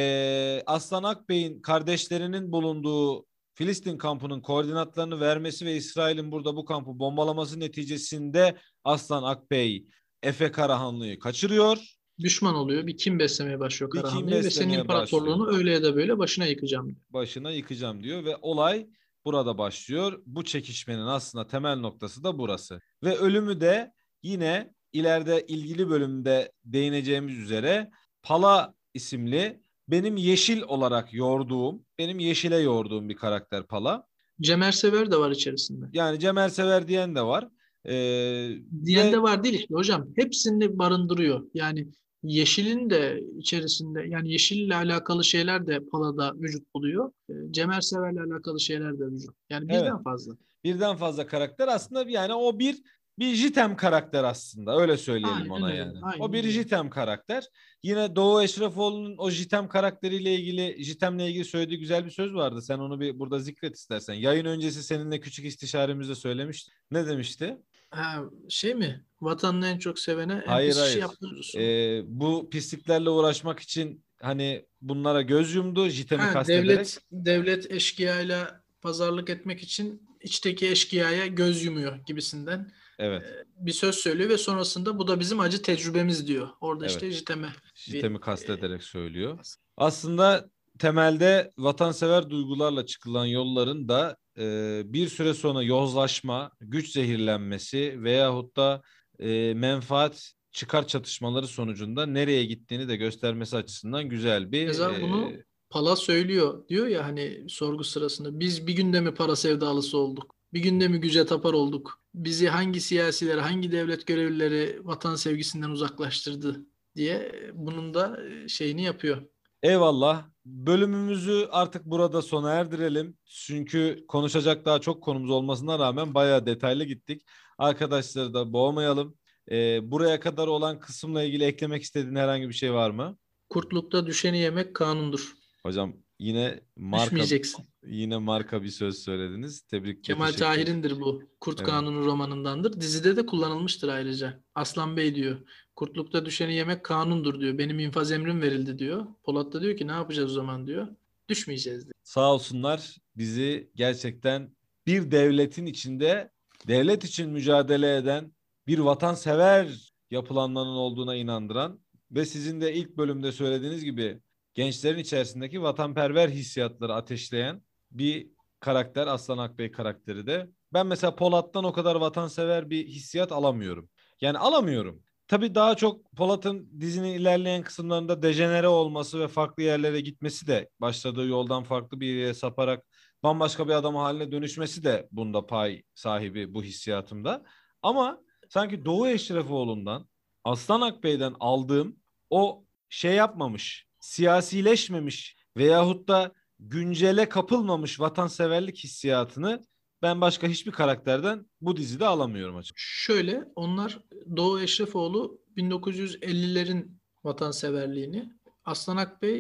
e, Aslan Akbey'in kardeşlerinin bulunduğu Filistin kampının koordinatlarını vermesi ve İsrail'in burada bu kampı bombalaması neticesinde Aslan Akbey Efe Karahanlı'yı kaçırıyor. Düşman oluyor. Bir kin beslemeye başlıyor Bir kin Karahanlı'yı ve senin beslemeye başlıyor. imparatorluğunu öyle ya da böyle başına yıkacağım diyor. Başına yıkacağım diyor ve olay burada başlıyor. Bu çekişmenin aslında temel noktası da burası. Ve ölümü de yine ileride ilgili bölümde değineceğimiz üzere Pala isimli benim yeşil olarak yorduğum, benim yeşile yorduğum bir karakter Pala. Cemer Sever de var içerisinde. Yani Cem Ersever diyen de var. Ee, Diyen ve de var değil işte hocam. Hepsini barındırıyor. Yani yeşilin de içerisinde yani yeşille alakalı şeyler de Pala'da vücut buluyor. E, Cemer Sever'le alakalı şeyler de vücut. Yani evet, birden fazla. birden fazla karakter aslında yani o bir bir Jitem karakter aslında öyle söyleyelim Aynen ona öyle. yani. O Aynen bir öyle. Jitem karakter. Yine Doğu Eşrefoğlu'nun o Jitem karakteriyle ilgili Jitem'le ilgili söylediği güzel bir söz vardı. Sen onu bir burada zikret istersen. Yayın öncesi seninle küçük istişaremizde söylemiştim. Ne demişti? Ha, şey mi? Vatanını en çok sevene en Hayır pis işi hayır. yaptırırsın. Ee, bu pisliklerle uğraşmak için hani bunlara göz yumdu Jitem'i Ha, kastederek. devlet devlet eşkıyayla pazarlık etmek için içteki eşkıyaya göz yumuyor gibisinden e, Evet. bir söz söylüyor ve sonrasında bu da bizim acı tecrübemiz diyor. Orada Evet. işte Jiteme bir Jitem'i e, kastederek söylüyor. Aslında temelde vatansever duygularla çıkılan yolların da e, bir süre sonra yozlaşma, güç zehirlenmesi veyahut da e, menfaat çıkar çatışmaları sonucunda nereye gittiğini de göstermesi açısından güzel bir Keza bunu e, Pala söylüyor. Diyor ya hani sorgu sırasında biz bir günde mi para sevdalısı olduk? Bir günde mi güce tapar olduk? Bizi hangi siyasiler, hangi devlet görevlileri vatan sevgisinden uzaklaştırdı diye bunun da e, şeyini yapıyor. eyvallah. Bölümümüzü artık burada sona erdirelim. Çünkü konuşacak daha çok konumuz olmasına rağmen bayağı detaylı gittik. Arkadaşları da boğmayalım. Ee, buraya kadar olan kısımla ilgili eklemek istediğin herhangi bir şey var mı? Kurtlukta düşeni yemek kanundur. Hocam yine marka Düşmeyeceksin. yine marka bir söz söylediniz. Tebrik ve Kemal teşekkür. Tahir'indir bu. Kurt Evet. Kanunu romanındandır. Dizide de kullanılmıştır ayrıca. Aslan Bey diyor. Kurtlukta düşeni yemek kanundur diyor. Benim infaz emrim verildi diyor. Polat da diyor ki ne yapacağız o zaman diyor. Düşmeyeceğiz diyor. Sağ olsunlar bizi gerçekten bir devletin içinde devlet için mücadele eden bir vatansever yapılanmanın olduğuna inandıran ve sizin de ilk bölümde söylediğiniz gibi gençlerin içerisindeki vatanperver hissiyatları ateşleyen bir karakter Aslan Akbey karakteri de. Ben mesela Polat'tan o kadar vatansever bir hissiyat alamıyorum. Yani alamıyorum. Tabii daha çok Polat'ın dizinin ilerleyen kısımlarında dejenere olması ve farklı yerlere gitmesi de başladığı yoldan farklı bir yere saparak bambaşka bir adam haline dönüşmesi de bunda pay sahibi bu hissiyatımda. Ama sanki Doğu Eşrefoğlu'ndan Aslan Akbey'den aldığım o şey yapmamış, siyasileşmemiş veyahut da güncele kapılmamış vatanseverlik hissiyatını ben başka hiçbir karakterden bu dizide alamıyorum açıkçası. Şöyle onlar Doğu Eşrefoğlu bin dokuz yüz ellilerin vatanseverliğini, Aslan Akbey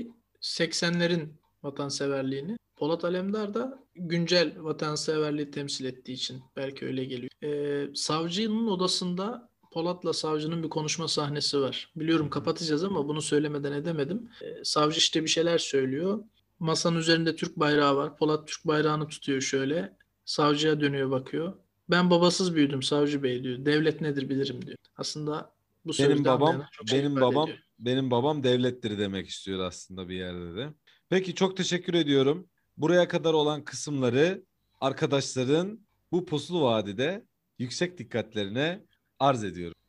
seksenlerin vatanseverliğini. Polat Alemdar da güncel vatanseverliği temsil ettiği için belki öyle geliyor. Ee, savcının odasında Polat'la savcının bir konuşma sahnesi var. Biliyorum kapatacağız ama bunu söylemeden edemedim. Ee, savcı işte bir şeyler söylüyor. Masanın üzerinde Türk bayrağı var. Polat Türk bayrağını tutuyor şöyle. Savcıya dönüyor bakıyor. Ben babasız büyüdüm savcı bey diyor. Devlet nedir bilirim diyor. Aslında bu Benim sözde babam anlayana çok şey benim ifade babam ediyor. benim babam devlettir demek istiyor aslında bir yerde de. Peki çok teşekkür ediyorum. Buraya kadar olan kısımları arkadaşların bu Puslu Vadide yüksek dikkatlerine arz ediyorum.